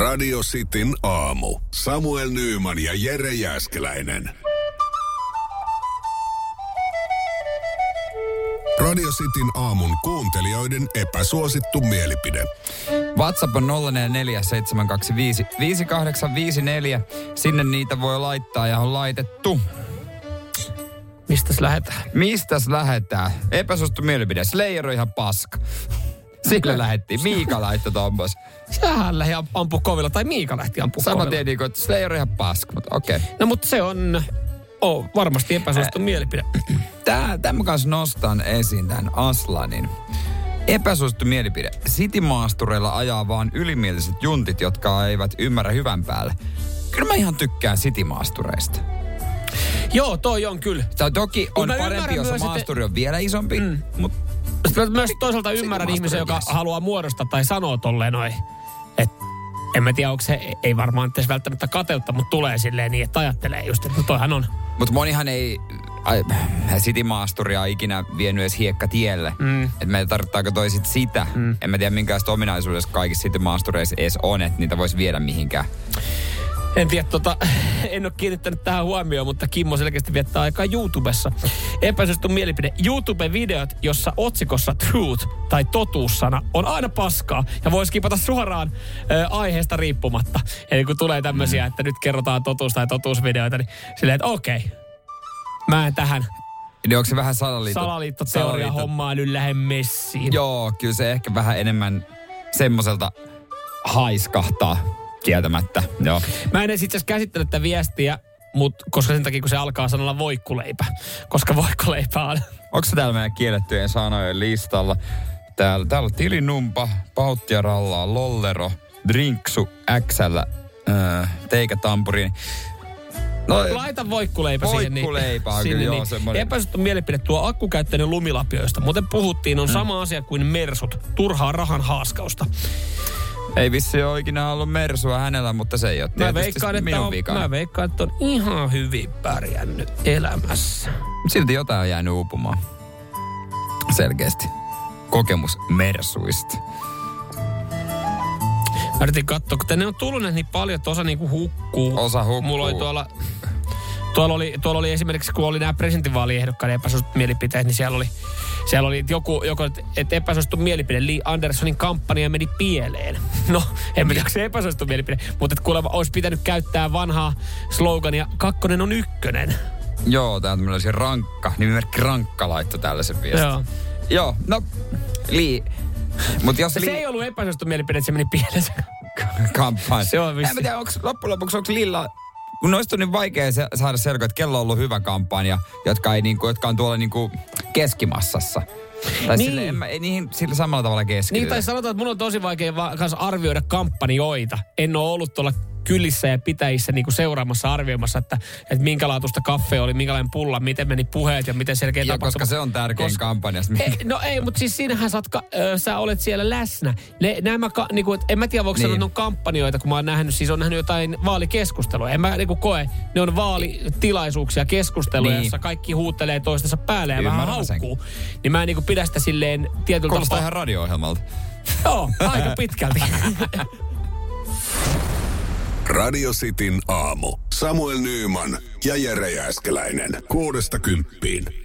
Radio Cityn aamu. Samuel Nyyman ja Jere Jääskeläinen. Radio Cityn aamun kuuntelijoiden epäsuosittu mielipide. WhatsApp on 047255854. Sinne niitä voi laittaa ja on laitettu. Mistäs lähetään? Epäsuosittu mielipide. Slayer on ihan paska. Sillä lähettiin. Miika laittoi tommos. Sähän lähti ampua kovilla, tai Miika lähti ampua kovilla. Sama tiedin, että Slayer on ihan paska, mutta okei. No mutta se on varmasti epäsuosittu mielipide. Tämän kanssa nostan esiin tämän Aslanin. Epäsuosittu mielipide. Citymaastureilla ajaa vaan ylimieliset juntit, jotka eivät ymmärrä hyvän päälle. Kyllä mä ihan tykkään citymaastureista. Joo, toi on kyllä. Toki on parempi, jos maasturi on vielä isompi, mutta... Mä myös toisaalta ymmärrän ihmisen, joka haluaa muodostaa tai sanoo tolleen noin. Että en mä tiedä, onko se, ei varmaan edes välttämättä kateutta, mutta tulee silleen niin, että ajattelee just, että toihan on. Mutta monihan ei citymaasturia ikinä vienyt edes hiekkatielle. Että me tarvittaako toi sit sitä. En mä tiedä, minkälaista ominaisuudessa kaikissa citymaastureissa edes on, että niitä voisi viedä mihinkään. En tiedä, en ole kiinnittänyt tähän huomioon, mutta Kimmo selkeästi viettää aikaa YouTubessa. Epäsuosittu mielipide. YouTube-videot, jossa otsikossa truth tai totuussana on aina paskaa ja voi skipata suoraan aiheesta riippumatta. Eli kun tulee tämmöisiä, että nyt kerrotaan totuus- tai totuusvideoita, niin silleen, että okei. Mä en tähän Niin onko se vähän salaliittoteoria hommaa nyt lähde messiin? Joo, kyllä se ehkä vähän enemmän semmoiselta haiskahtaa. Kieltämättä, joo. Mä en edes itse asiassa käsittänyt tätä viestiä, koska sen takia, kun se alkaa sanalla voikkuleipä. Koska voikkuleipä on. Onko se täällä meidän kiellettyjen sanojen listalla? Täällä on tilinumpa, pauttia rallaa, lollero, drinksu, äksällä, teikätampuriin. No, laita voikkuleipä siihen. Voikkuleipä on kyllä, joo, semmoinen. Epäsuosittu mielipide tuo akkukäyttöinen lumilapioista. Muuten puhuttiin, on sama asia kuin mersut. Turhaa rahan haaskausta. Ei vissi ole ikinä ollut mersua hänellä, mutta se ei ole tietysti minun vikana. Mä veikkaan, että on ihan hyvin pärjännyt elämässä. Silti jotain on jäänyt uupumaan. Selkeästi. Kokemus mersuista. Mä yritin katsoa, kun tänne on tullut niin paljon, että osa niinku hukkuu. Osa hukkuu. Mulla oli tuolla oli esimerkiksi, kun oli nämä presidentinvaaliehdokkaiden epäsuositut mielipiteet, niin siellä oli joku että epäsuosittu mielipide, Li Anderssonin kampanja meni pieleen. No, en tiedä, onko se epäsuosittu mielipide, mutta että kuulemma olisi pitänyt käyttää vanhaa slogania, 2 on 1. Joo, tää on tämmöinen nimimerkki Rankka laittoi tällaisen viestin. Joo, no, Li. Mut jos se ei ollut epäsuosittu mielipide, että se meni pieleen. Kampanja. Se on vissi. En tiedä, loppujen lopuksi onko Lilla... Kun noista on niin vaikea saada selkoa, että kello on ollut hyvä kampanja, jotka on tuolla niinku keskimassassa. Tai niin. sille, ei niihin sillä samalla tavalla keskitytä. Niin, tai sanotaan, että mun on tosi vaikea kanssa arvioida kampanjoita. En ole ollut tuolla kylissä ja pitäjissä niinku seuraamassa, arvioimassa, että minkälaatuista kaffea oli, minkälainen pulla, miten meni puheet ja miten selkeä tapahtuma. Koska se on tärkein kampanjasta. Ei, mutta siis siinähän sä olet siellä läsnä. Niinku, en mä tiedä, voiko sanoa, että on kampanjoita, kun mä oon nähnyt, siis on nähnyt jotain vaalikeskustelua. En mä niinku koe, ne on vaalitilaisuuksia, keskusteluja, jossa kaikki huutelee toistensa päälle ja vähän haukkuu. Niin mä en niinku pidä sitä silleen tietyllä tapaa. Kuulostaa ihan radio-ohjelmalta. Joo, aika pitkälti. Radio Cityn aamu. Samuel Nyyman ja Jere Jääskeläinen. 6–10.